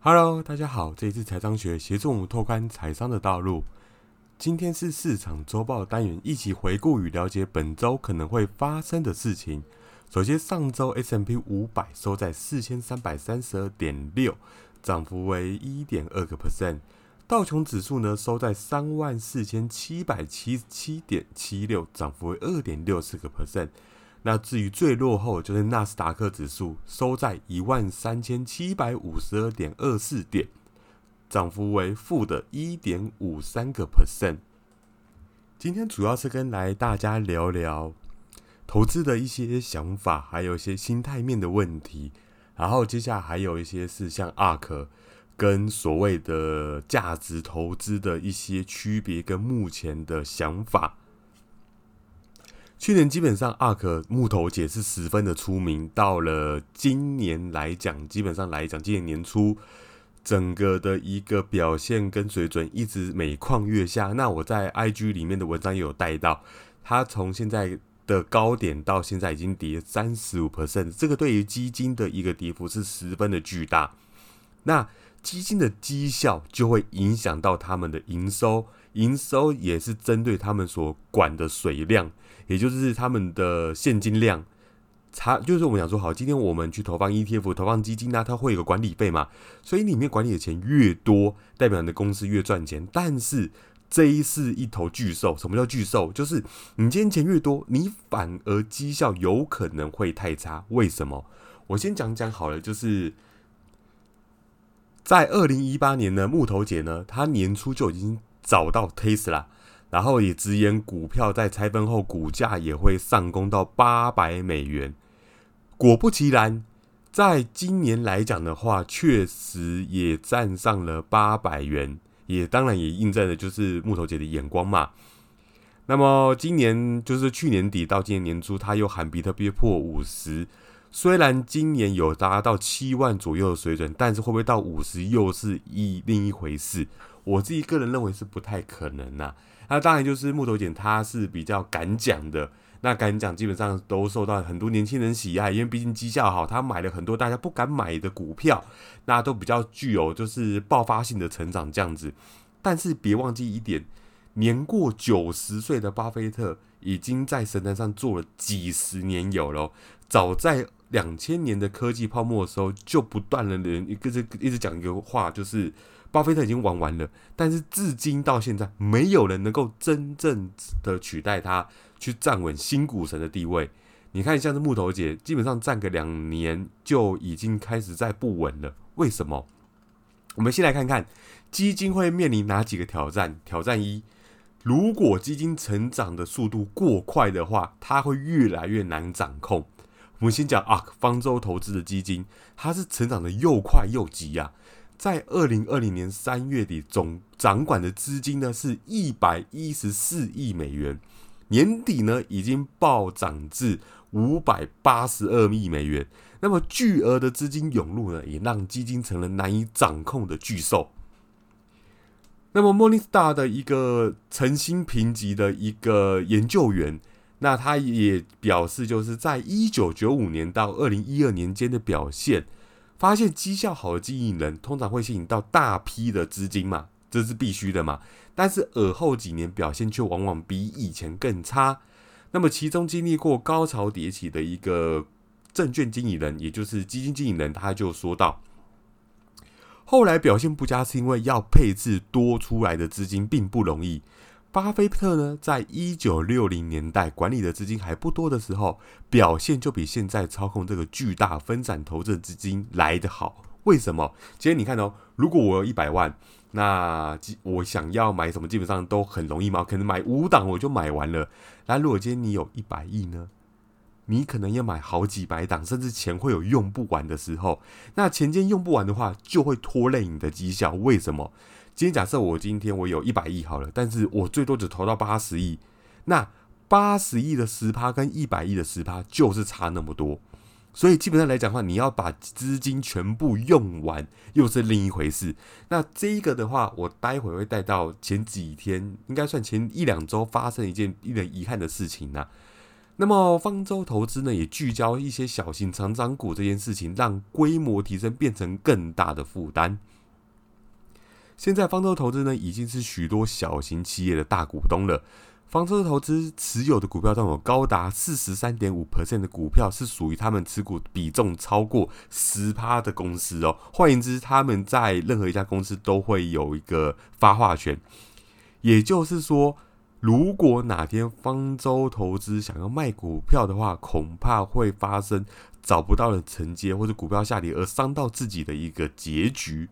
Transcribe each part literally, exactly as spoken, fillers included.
Hello，大家好，这一次财商学协助我们拓宽财商的道路。今天是市场周报单元，一起回顾与了解本周可能会发生的事情。首先，上周 S and P 五百 收在四千三百三十二点六，涨幅为 一点二个 percent。道琼指数呢收在三万四千七百七十七点七六，涨幅为 二点六四个 percent。那至于最落后就是纳斯达克指数收在一万三千七百五十二点二四点，涨幅为负的 一点五三个 percent。今天主要是跟来大家聊聊投资的一些想法，还有一些心态面的问题。然后接下来还有一些是像 A R K 跟所谓的价值投资的一些区别跟目前的想法。去年基本上 A R K 木头姐是十分的出名，到了今年来讲，基本上来讲，今年年初整个的一个表现跟水准一直每况愈下。那我在 I G 里面的文章也有带到，它从现在的高点到现在已经跌 百分之三十五， 这个对于基金的一个跌幅是十分的巨大。那基金的绩效就会影响到他们的营收，营收也是针对他们所管的水量，也就是他们的现金量。它就是我们讲说，好，今天我们去投放 E T F、投放基金啊，它会有个管理费嘛，所以里面管理的钱越多，代表你的公司越赚钱。但是这一是一头巨兽，什么叫巨兽？就是你今天钱越多，你反而绩效有可能会太差。为什么？我先讲讲好了，就是在二零一八年呢，木头姐呢，她年初就已经找到 Tesla， 然后也直言股票在拆分后股价也会上攻到八百美元。果不其然，在今年来讲的话，确实也站上了八百元，也当然也印证了就是木头姐的眼光嘛。那么今年就是去年底到今年年初，他又喊比特币破五十。虽然今年有达到七万左右的水准，但是会不会到五十又是一另一回事。我自己个人认为是不太可能啊。那当然就是木头姐他是比较敢讲的，那敢讲基本上都受到很多年轻人喜爱，因为毕竟绩效好，他买了很多大家不敢买的股票，那都比较具有就是爆发性的成长这样子。但是别忘记一点，年过九十岁的巴菲特已经在神坛上做了几十年有了，早在两千年的科技泡沫的时候，就不断的人一直一直讲一个话，就是巴菲特已经玩完了，但是至今到现在，没有人能够真正的取代他，去站稳新股神的地位。你看，像是木头姐，基本上站个两年就已经开始在不稳了。为什么？我们先来看看基金会面临哪几个挑战。挑战一，如果基金成长的速度过快的话，它会越来越难掌控。我们先讲啊，方舟投资的基金，它是成长的又快又急啊。在二零二零年三月底，总掌管的资金呢是一百一十四亿美元，年底呢已经暴涨至五百八十二亿美元。那么巨额的资金涌入呢，也让基金成了难以掌控的巨兽。那么 Morningstar 的一个诚心评级的一个研究员，那他也表示，就是在一九九五年到二零一二年间的表现，发现绩效好的经营人通常会吸引到大批的资金嘛，这是必须的嘛。但是尔后几年表现却往往比以前更差。那么其中经历过高潮迭起的一个证券经理人，也就是基金经理人，他就说到，后来表现不佳是因为要配置多出来的资金并不容易。巴菲特呢，在一九六零年代管理的资金还不多的时候，表现就比现在操控这个巨大分散投资的资金来得好。为什么？今天你看哦，如果我有一百万，那我想要买什么，基本上都很容易嘛，可能买五档我就买完了。那如果今天你有一百亿呢，你可能要买好几百档，甚至钱会有用不完的时候。那钱间用不完的话，就会拖累你的绩效。为什么？今天假设我今天我有一百亿好了，但是我最多只投到八十亿，那八十亿的 百分之十 跟一百亿的 百分之十 就是差那么多。所以基本上来讲的话，你要把资金全部用完又是另一回事。那这一个的话，我待会会带到前几天，应该算前一两周发生一件令人遗憾的事情啊。 那么方舟投资呢，也聚焦一些小型成长股这件事情，让规模提升变成更大的负担。现在方舟投资呢，已经是许多小型企业的大股东了。方舟投资持有的股票中有高达 百分之四十三点五 的股票是属于他们持股比重超过 百分之十 的公司哦。换言之，他们在任何一家公司都会有一个发话权。也就是说，如果哪天方舟投资想要卖股票的话，恐怕会发生找不到人承接或者股票下跌而伤到自己的一个结局。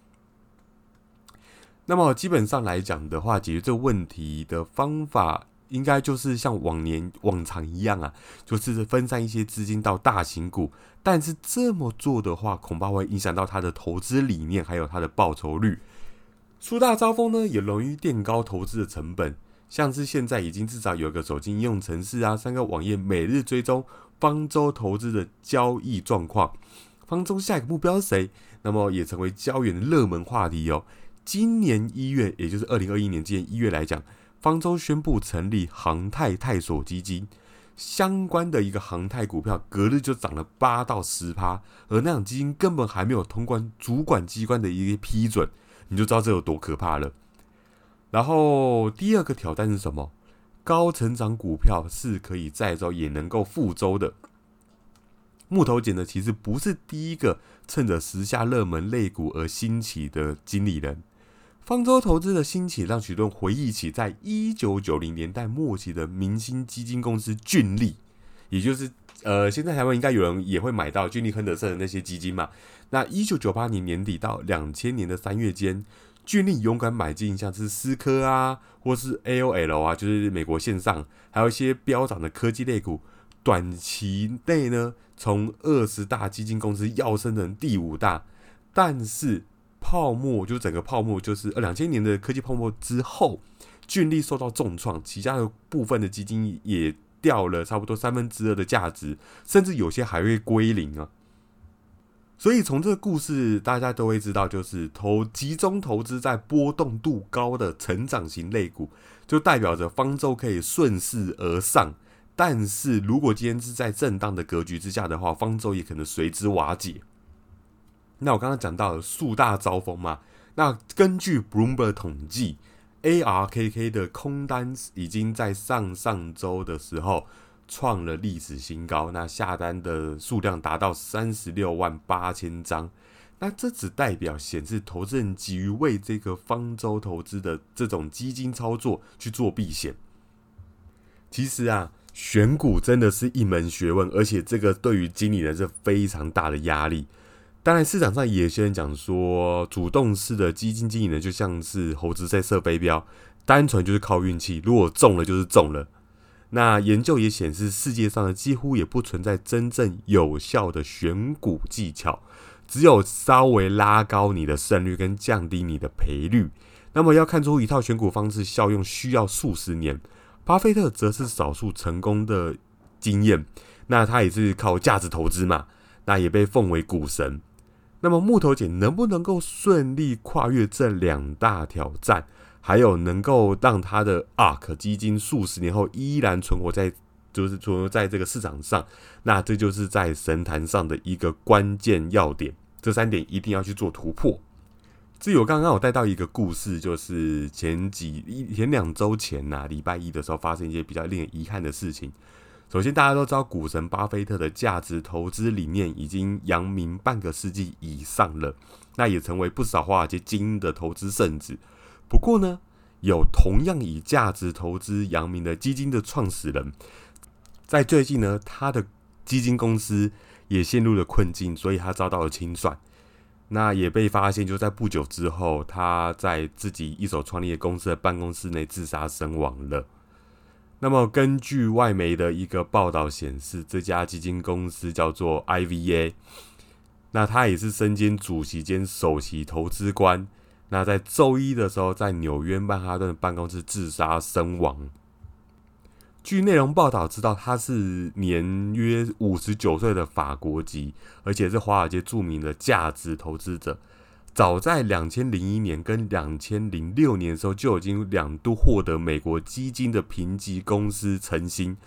那么基本上来讲的话，解决这个问题的方法应该就是像往年往常一样啊，就是分散一些资金到大型股。但是这么做的话，恐怕会影响到他的投资理念，还有他的报酬率。树大招风呢，也容易垫高投资的成本。像是现在已经至少有一个手机应用程式啊，三个网页每日追踪方舟投资的交易状况。方舟下一个目标是谁？那么也成为交易员的热门话题哦。今年一月，也就是二零二一年今年一月来讲，方舟宣布成立航太泰索基金，相关的一个航太股票隔日就涨了八到十趴，而那档基金根本还没有通关主管机关的一个批准，你就知道这有多可怕了。然后第二个挑战是什么？高成长股票是可以载舟也能够覆舟的。木头姐呢，其实不是第一个趁着时下热门类股而兴起的经理人。方舟投资的兴起，让许多人回忆起在一九九零年代末期的明星基金公司俊力，也就是呃，现在台湾应该有人也会买到俊力亨德森的那些基金嘛。那一九九八年年底到两千年的三月间，俊力勇敢买进像是思科啊，或是 A O L 啊，就是美国线上，还有一些飙涨的科技类股，短期内呢，从二十大基金公司跃升成第五大，但是泡沫就整个泡沫就是两千年的科技泡沫之后，俊力受到重创，旗下的部分的基金也掉了差不多三分之二的价值，甚至有些还会归零啊。所以从这个故事，大家都会知道，就是投集中投资在波动度高的成长型类股，就代表着方舟可以顺势而上。但是如果今天是在震荡的格局之下的话，方舟也可能随之瓦解。那我刚刚讲到了树大招风嘛，那根据 Bloomberg 统计 ，A R K K 的空单已经在上上周的时候创了历史新高，那下单的数量达到三十六万八千张。那这只代表显示投资人急于为这个方舟投资的这种基金操作去做避险。其实啊，选股真的是一门学问，而且这个对于经理人是非常大的压力。当然，市场上也有些人讲说，主动式的基金经理人就像是猴子在射飞镖，单纯就是靠运气，如果中了就是中了。那研究也显示，世界上的几乎也不存在真正有效的选股技巧，只有稍微拉高你的胜率跟降低你的赔率。那么要看出一套选股方式效用需要数十年，巴菲特则是少数成功的经验，那他也是靠价值投资嘛，那也被奉为股神。那么木头姐能不能够顺利跨越这两大挑战，还有能够让他的 A R K 基金数十年后依然存活在就是存活在这个市场上，那这就是在神坛上的一个关键要点。这三点一定要去做突破。至于我刚刚有带到一个故事，就是前几前两周前呐、啊，礼拜一的时候发生一些比较令人遗憾的事情。首先，大家都知道股神巴菲特的价值投资理念已经扬名半个世纪以上了，那也成为不少华尔街精英的投资圣旨。不过呢，有同样以价值投资扬名的基金的创始人，在最近呢，他的基金公司也陷入了困境，所以他遭到了清算。那也被发现，就在不久之后，他在自己一手创立的公司的办公室内自杀身亡了。那么根据外媒的一个报道显示，这家基金公司叫做 I V A， 那他也是身兼主席兼首席投资官。那在周一的时候，在纽约曼哈顿的办公室自杀身亡。据内容报道知道，他是年约五十九岁的法国籍，而且是华尔街著名的价值投资者。早在二零零一年跟二零零六年的时候，就已经两度获得美国基金的评级公司晨星。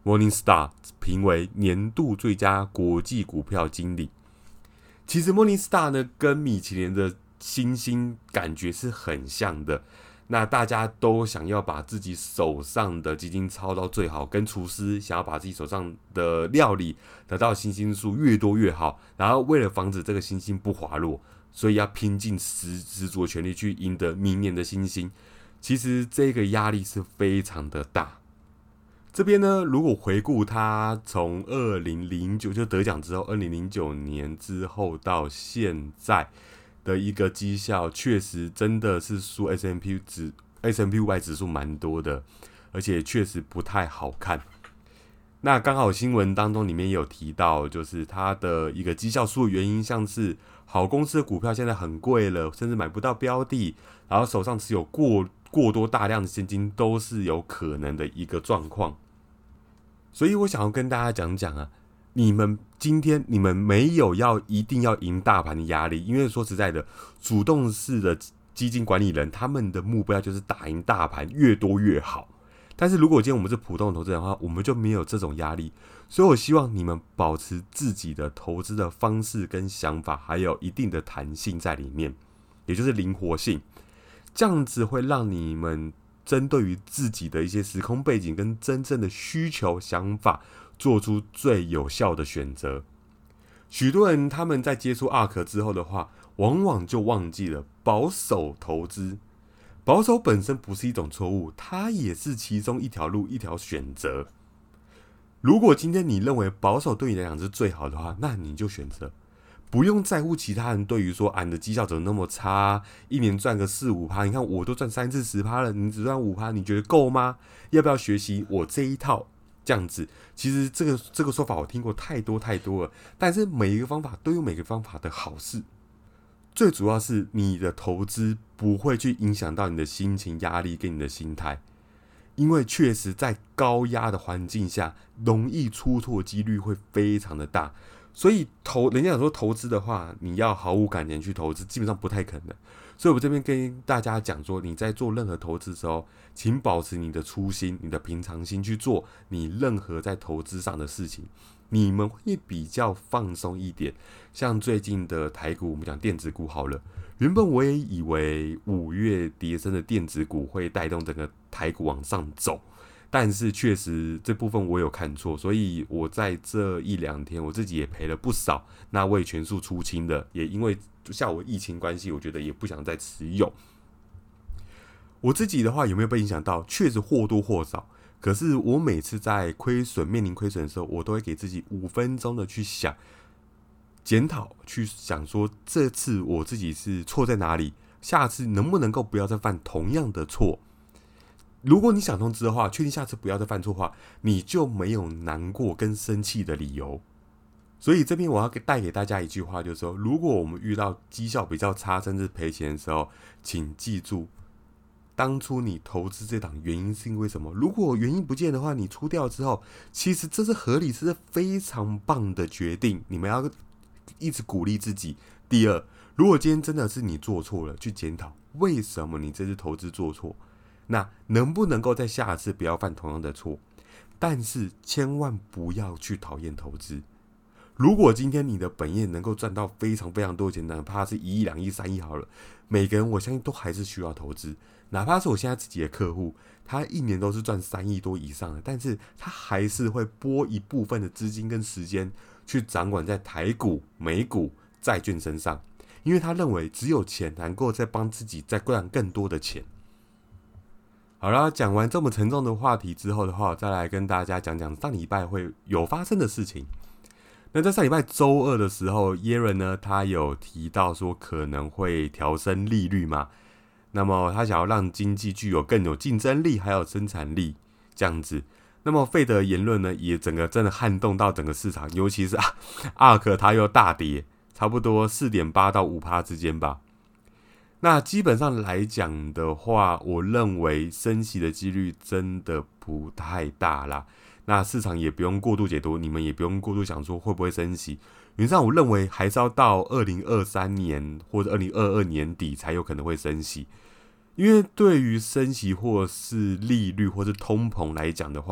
Morningstar 评为年度最佳国际股票经理。其实 Morningstar 呢跟米其林的星星感觉是很像的，那大家都想要把自己手上的基金操到最好，跟厨师想要把自己手上的料理得到星星数越多越好，然后为了防止这个星星不滑落，所以要拼尽十十足的全力去赢得明年的星星。其实这个压力是非常的大。这边呢，如果回顾他从二零零九就得奖之后，二零零九年之后到现在的一个绩效，确实真的是输 S and P 指 S and P 五百指数蛮多的，而且确实不太好看。那刚好新闻当中里面也有提到，就是他的一个绩效输的原因，像是好公司的股票现在很贵了，甚至买不到标的，然后手上持有过过多大量的现金，都是有可能的一个状况。所以我想要跟大家讲讲啊，你们今天你们没有要一定要赢大盘的压力，因为说实在的，主动式的基金管理人他们的目标就是打赢大盘，越多越好。但是如果今天我们是普通的投资人的话，我们就没有这种压力。所以我希望你们保持自己的投资的方式跟想法，还有一定的弹性在里面，也就是灵活性，这样子会让你们针对于自己的一些时空背景跟真正的需求想法，做出最有效的选择。许多人他们在接触 A R K 之后的话，往往就忘记了保守投资。保守本身不是一种错误，它也是其中一条路，一条选择。如果今天你认为保守对你来讲是最好的话，那你就选择。不用在乎其他人对于说啊，你的绩效怎么那么差，一年赚个四五趴，你看我都赚三次十趴了，你只赚五趴，你觉得够吗？要不要学习我这一套？这样子，其实这个这个说法我听过太多太多了，但是每一个方法都有每个方法的好事。最主要是你的投资不会去影响到你的心情压力跟你的心态，因为确实在高压的环境下，容易出错几率会非常的大。所以投人家讲说投资的话，你要毫无感情去投资，基本上不太可能。所以我这边跟大家讲说，你在做任何投资的时候，请保持你的初心、你的平常心去做你任何在投资上的事情，你们会比较放松一点。像最近的台股，我们讲电子股好了，原本我也以为五月跌升的电子股会带动整个台股往上走。但是确实这部分我有看错，所以我在这一两天我自己也赔了不少，那我也全数出清的，也因为像我疫情关系，我觉得也不想再持有。我自己的话有没有被影响到？确实或多或少，可是我每次在亏损面临亏损的时候，我都会给自己五分钟的去想检讨，去想说这次我自己是错在哪里，下次能不能够不要再犯同样的错。如果你想通知的话，确定下次不要再犯错的话，你就没有难过跟生气的理由。所以这边我要带给大家一句话，就是说，如果我们遇到绩效比较差，甚至赔钱的时候，请记住，当初你投资这档原因是因为什么？如果原因不见的话，你出掉之后，其实这是合理，这是非常棒的决定。你们要一直鼓励自己。第二，如果今天真的是你做错了，去检讨为什么你这次投资做错。那能不能够在下次不要犯同样的错？但是千万不要去讨厌投资。如果今天你的本业能够赚到非常非常多的钱，哪怕是一亿、两亿、三亿好了，每个人我相信都还是需要投资。哪怕是我现在自己的客户，他一年都是赚三亿多以上的，但是他还是会拨一部分的资金跟时间去掌管在台股、美股、债券身上，因为他认为只有钱能够再帮自己再赚更多的钱。好了，讲完这么沉重的话题之后的话，我再来跟大家讲讲上礼拜会有发生的事情。那在上礼拜周二的时候，耶伦呢，他有提到说可能会调升利率嘛，那么他想要让经济具有更有竞争力，还有生产力这样子。那么费德言论呢，也整个真的撼动到整个市场，尤其是啊，阿克他又大跌，差不多 百分之四点八 到 百分之五 之间吧。那基本上来讲的话，我认为升息的几率真的不太大啦。那市场也不用过度解读，你们也不用过度想说会不会升息。原则上，我认为还是要到二零二三年或者二零二二年底才有可能会升息。因为对于升息或是利率或是通膨来讲的话，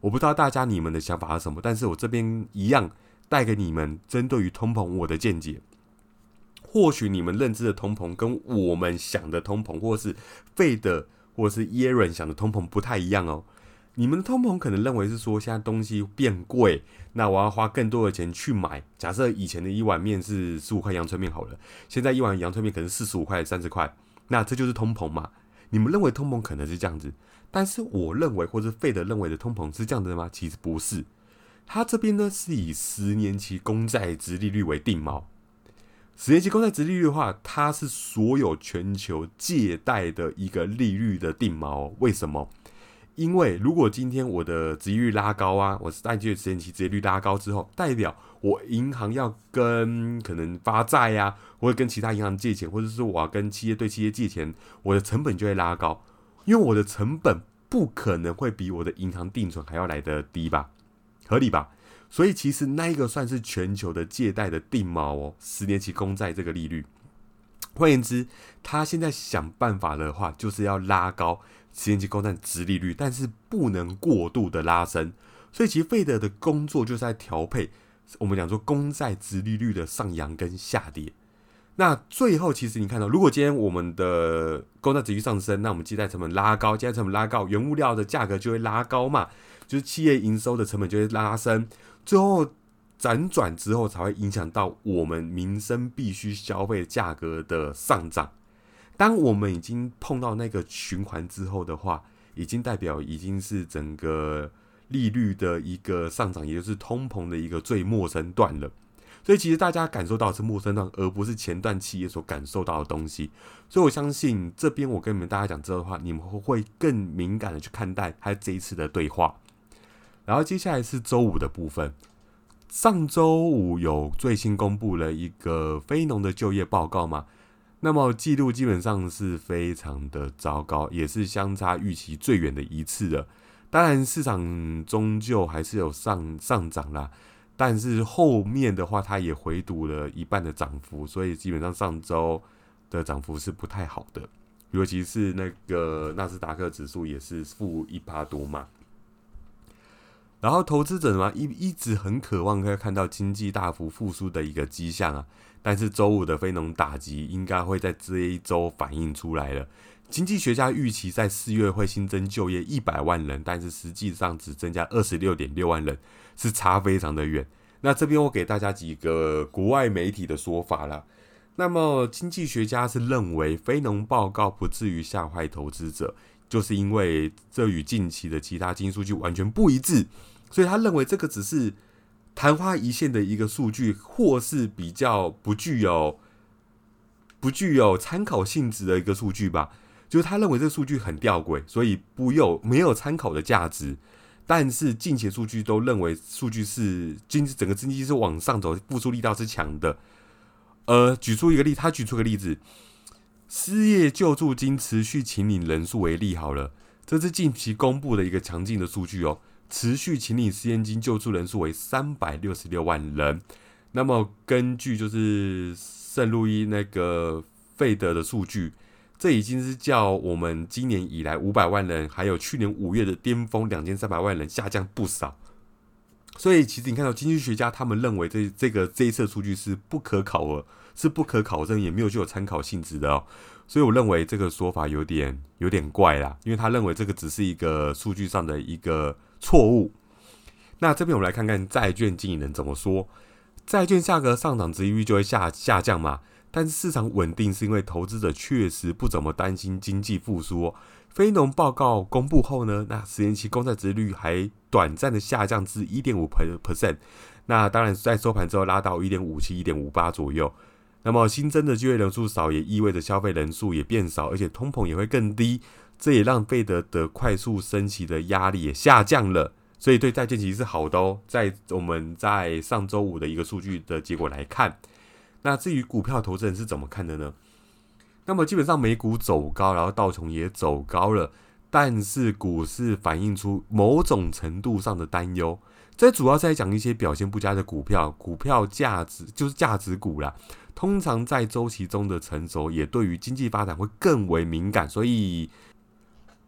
我不知道大家你们的想法是什么，但是我这边一样带给你们针对于通膨我的见解。或许你们认知的通膨跟我们想的通膨，或是费德或是耶伦想的通膨不太一样哦。你们的通膨可能认为是说现在东西变贵，那我要花更多的钱去买。假设以前的一碗面是十五块阳春面好了，现在一碗阳春面可能四十五块、三十块，那这就是通膨嘛？你们认为通膨可能是这样子，但是我认为或是费德认为的通膨是这样子的吗？其实不是，它这边呢是以十年期公债殖利率为定锚。十年期公债殖利率的话，它是所有全球借贷的一个利率的定锚哦。为什么？因为如果今天我的殖利率拉高啊，我债券十年期殖利率拉高之后，代表我银行要跟可能发债啊，或者跟其他银行借钱，或者是我要跟企业对企业借钱，我的成本就会拉高，因为我的成本不可能会比我的银行定存还要来得低吧，合理吧？所以其实那一个算是全球的借贷的定锚哦，十年期公债这个利率。换言之，他现在想办法的话，就是要拉高十年期公债殖利率，但是不能过度的拉升。所以其实费德的工作就是在调配我们讲说公债殖利率的上扬跟下跌。那最后其实你看到，如果今天我们的公债殖利率上升，那我们借贷成本拉高，借贷成本拉高，原物料的价格就会拉高嘛，就是企业营收的成本就会拉升，最后辗转之后才会影响到我们民生必须消费价格的上涨。当我们已经碰到那个循环之后的话，已经代表已经是整个利率的一个上涨，也就是通膨的一个最末升段了。所以其实大家感受到的是末升段，而不是前段企业所感受到的东西。所以我相信这边我跟你们大家讲之后的话，你们会更敏感的去看待他这一次的对话。然后接下来是周五的部分。上周五有最新公布了一个非农的就业报告嘛，那么记录基本上是非常的糟糕，也是相差预期最远的一次了。当然市场终究还是有上上涨啦，但是后面的话它也回堵了一半的涨幅，所以基本上上周的涨幅是不太好的，尤其是那个纳斯达克指数也是负一趴多嘛。然后投资者嘛，一一直很渴望可以看到经济大幅复苏的一个迹象啊，但是周五的非农打击应该会在这一周反映出来了。经济学家预期在四月会新增就业一百万人，但是实际上只增加 二十六点六万人，是差非常的远。那这边我给大家几个国外媒体的说法啦。那么经济学家是认为非农报告不至于吓坏投资者，就是因为这与近期的其他经济数据完全不一致。所以他认为这个只是昙花一现的一个数据，或是比较不具有不具有参考性质的一个数据吧。就是他认为这个数据很吊诡，所以不有没有参考的价值。但是近期数据都认为数据是经整个经济是往上走，复苏力道是强的。呃，举出一个例，他举出个例子，失业救助金持续请领人数为例好了，这是近期公布的一个强劲的数据哦。持续请领失业金救助人数为三百六十六万人。那么根据就是圣路易那个费德的数据，这已经是较我们今年以来五百万人，还有去年五月的巅峰两千三百万人下降不少。所以其实你看到经济学家他们认为这这个这一次数据是不可考的，是不可考证，也没有具有参考性质的哦。所以我认为这个说法有点有点怪啦，因为他认为这个只是一个数据上的一个错误。那这边我们来看看债券经理人怎么说。债券价格上涨，殖利率就会 下, 下降嘛，但是市场稳定是因为投资者确实不怎么担心经济复苏哦。非农报告公布后呢，那十年期公债殖利率还短暂的下降至 百分之一点五， 那当然在收盘之后拉到 一点五七、一点五八 左右。那么新增的就业人数少，也意味着消费人数也变少，而且通膨也会更低，这也让费德的快速升息的压力也下降了，所以对债券其实是好的哦。在我们在上周五的一个数据的结果来看，那至于股票投资人是怎么看的呢？那么基本上美股走高，然后道琼也走高了，但是股市反映出某种程度上的担忧。这主要是在讲一些表现不佳的股票，股票价值就是价值股啦。通常在周期中的成熟，也对于经济发展会更为敏感，所以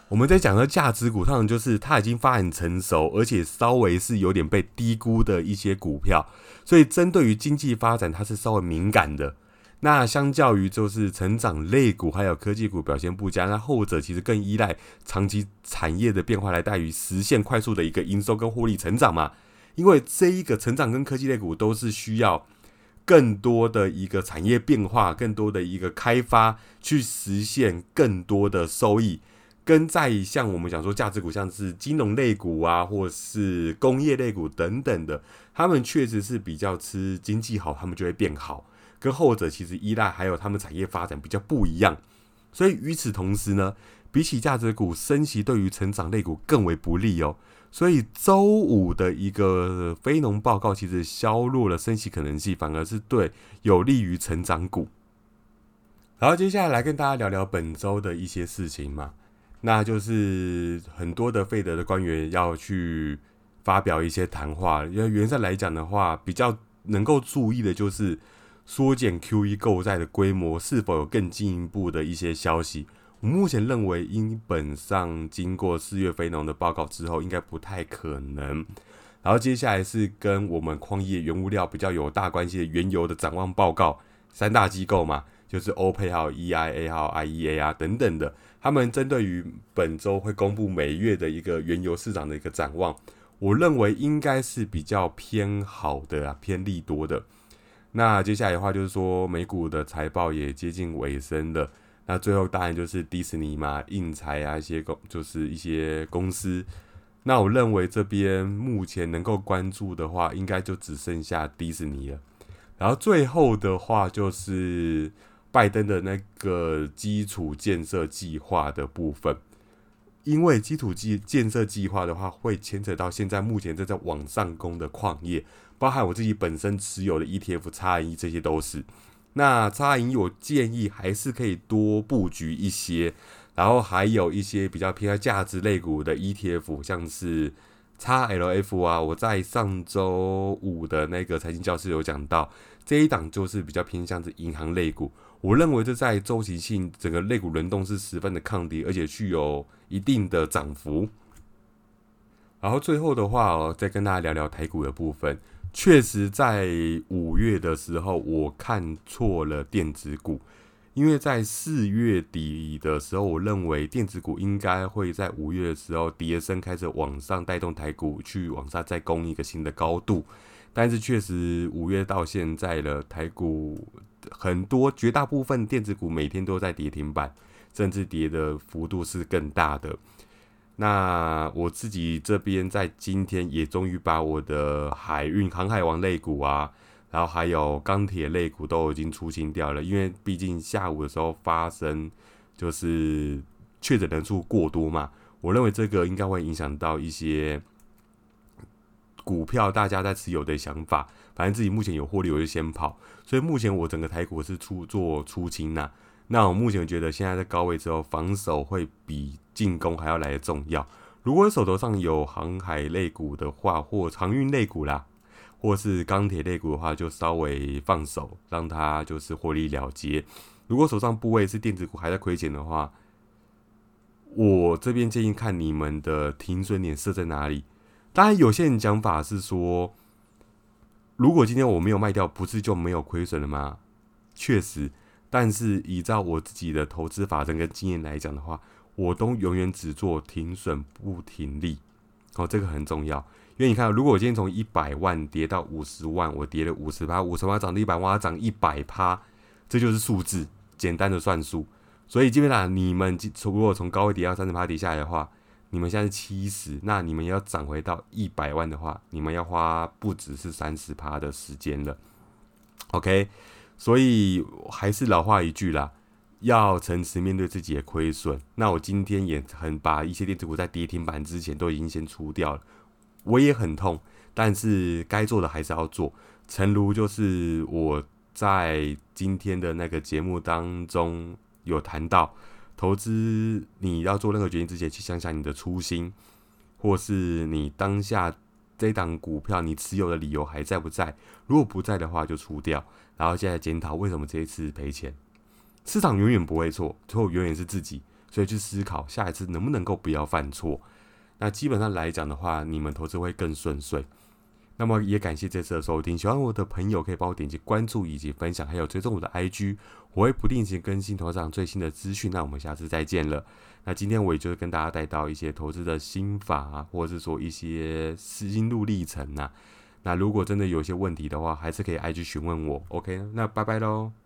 我们在讲到价值股，通常就是它已经发展成熟，而且稍微是有点被低估的一些股票，所以针对于经济发展，它是稍微敏感的。那相较于就是成长类股还有科技股表现不佳，那后者其实更依赖长期产业的变化来带于实现快速的一个营收跟获利成长嘛。因为这一个成长跟科技类股都是需要更多的一个产业变化，更多的一个开发，去实现更多的收益。跟在像我们讲说价值股，像是金融类股啊，或是工业类股等等的，他们确实是比较吃经济好，他们就会变好。跟后者其实依赖还有他们产业发展比较不一样。所以与此同时呢，比起价值股，升息对于成长类股更为不利哦。所以周五的一个非农报告其实削弱了升息可能性，反而是对有利于成长股。然后接下来来跟大家聊聊本周的一些事情嘛。那就是很多的费德的官员要去发表一些谈话，因为原则来讲的话，比较能够注意的就是缩减 Q E 购债的规模是否有更进一步的一些消息。我目前认为，基本上经过四月非农的报告之后，应该不太可能。然后接下来是跟我们矿业原物料比较有大关系的原油的展望报告，三大机构嘛，就是欧佩还有 E I A 还有 I E A 啊等等的，他们针对于本周会公布每月的一个原油市场的一个展望，我认为应该是比较偏好的啊，偏利多的。那接下来的话就是说，美股的财报也接近尾声了。那最后当然就是迪士尼嘛，印财啊，一些公就是一些公司。那我认为这边目前能够关注的话，应该就只剩下迪士尼了。然后最后的话就是拜登的那个基础建设计划的部分，因为基础建设计划的话，会牵扯到现在目前正在往上攻的矿业，包含我自己本身持有的 E T F、X R E 这些都是。那 X R E 我建议还是可以多布局一些，然后还有一些比较偏向价值类股的 E T F， 像是 X L F 啊，我在上周五的那个财经教室有讲到，这一档就是比较偏向是银行类股。我认为这在周期性整个类股轮动是十分的抗跌，而且具有一定的涨幅。然后最后的话、哦，再跟大家聊聊台股的部分。确实在五月的时候，我看错了电子股，因为在四月底的时候，我认为电子股应该会在五月的时候跌升开始往上带动台股去往上再攻一个新的高度。但是确实五月到现在了，台股很多绝大部分电子股每天都在跌停板，甚至跌的幅度是更大的。那我自己这边在今天也终于把我的海运航海王类股啊，然后还有钢铁类股都已经出清掉了，因为毕竟下午的时候发生就是确诊人数过多嘛，我认为这个应该会影响到一些股票大家在持有的想法，反正自己目前有获利我就先跑，所以目前我整个台股是出做出清呐、啊。那我目前觉得现在在高位之后，防守会比进攻还要来得重要。如果手头上有航海类股的话，或航运类股啦，或是钢铁类股的话，就稍微放手，让它就是获利了结。如果手上部位是电子股还在亏钱的话，我这边建议看你们的停损点设在哪里。当然，有些人讲法是说，如果今天我没有卖掉，不是就没有亏损了吗？确实。但是依照我自己的投资法则跟经验来讲的话，我都永远只做停损不停利，哦，这个很重要。因为你看，如果我今天从一百万跌到五十万，我跌了 百分之五十， 五十万涨到一百万，它涨 百分之百， 这就是数字，简单的算术。所以基本上你们如果从高位跌到 百分之三十 跌下来的话，你们现在是七十，那你们要涨回到一百万的话，你们要花不只是 百分之三十 的时间了。OK，所以还是老话一句啦，要诚实面对自己的亏损。那我今天也很把一些电子股在跌停板之前都已经先出掉了，我也很痛，但是该做的还是要做。诚如就是我在今天的那个节目当中有谈到，投资你要做任何决定之前，去想想你的初心，或是你当下这档股票你持有的理由还在不在？如果不在的话，就出掉。然后现在检讨为什么这一次赔钱。市场永远不会错，错永远是自己。 所以去思考下一次能不能够不要犯错。那基本上来讲的话，你们投资会更顺遂。那么也感谢这次的收听，喜欢我的朋友可以帮我点击关注以及分享，还有追踪我的 I G， 我会不定期更新投资上最新的资讯。那我们下次再见了。那今天我也就是跟大家带到一些投资的心法啊，或者是说一些心路历程啊。那如果真的有些问题的话，还是可以 I G 询问我。OK， 那拜拜喽。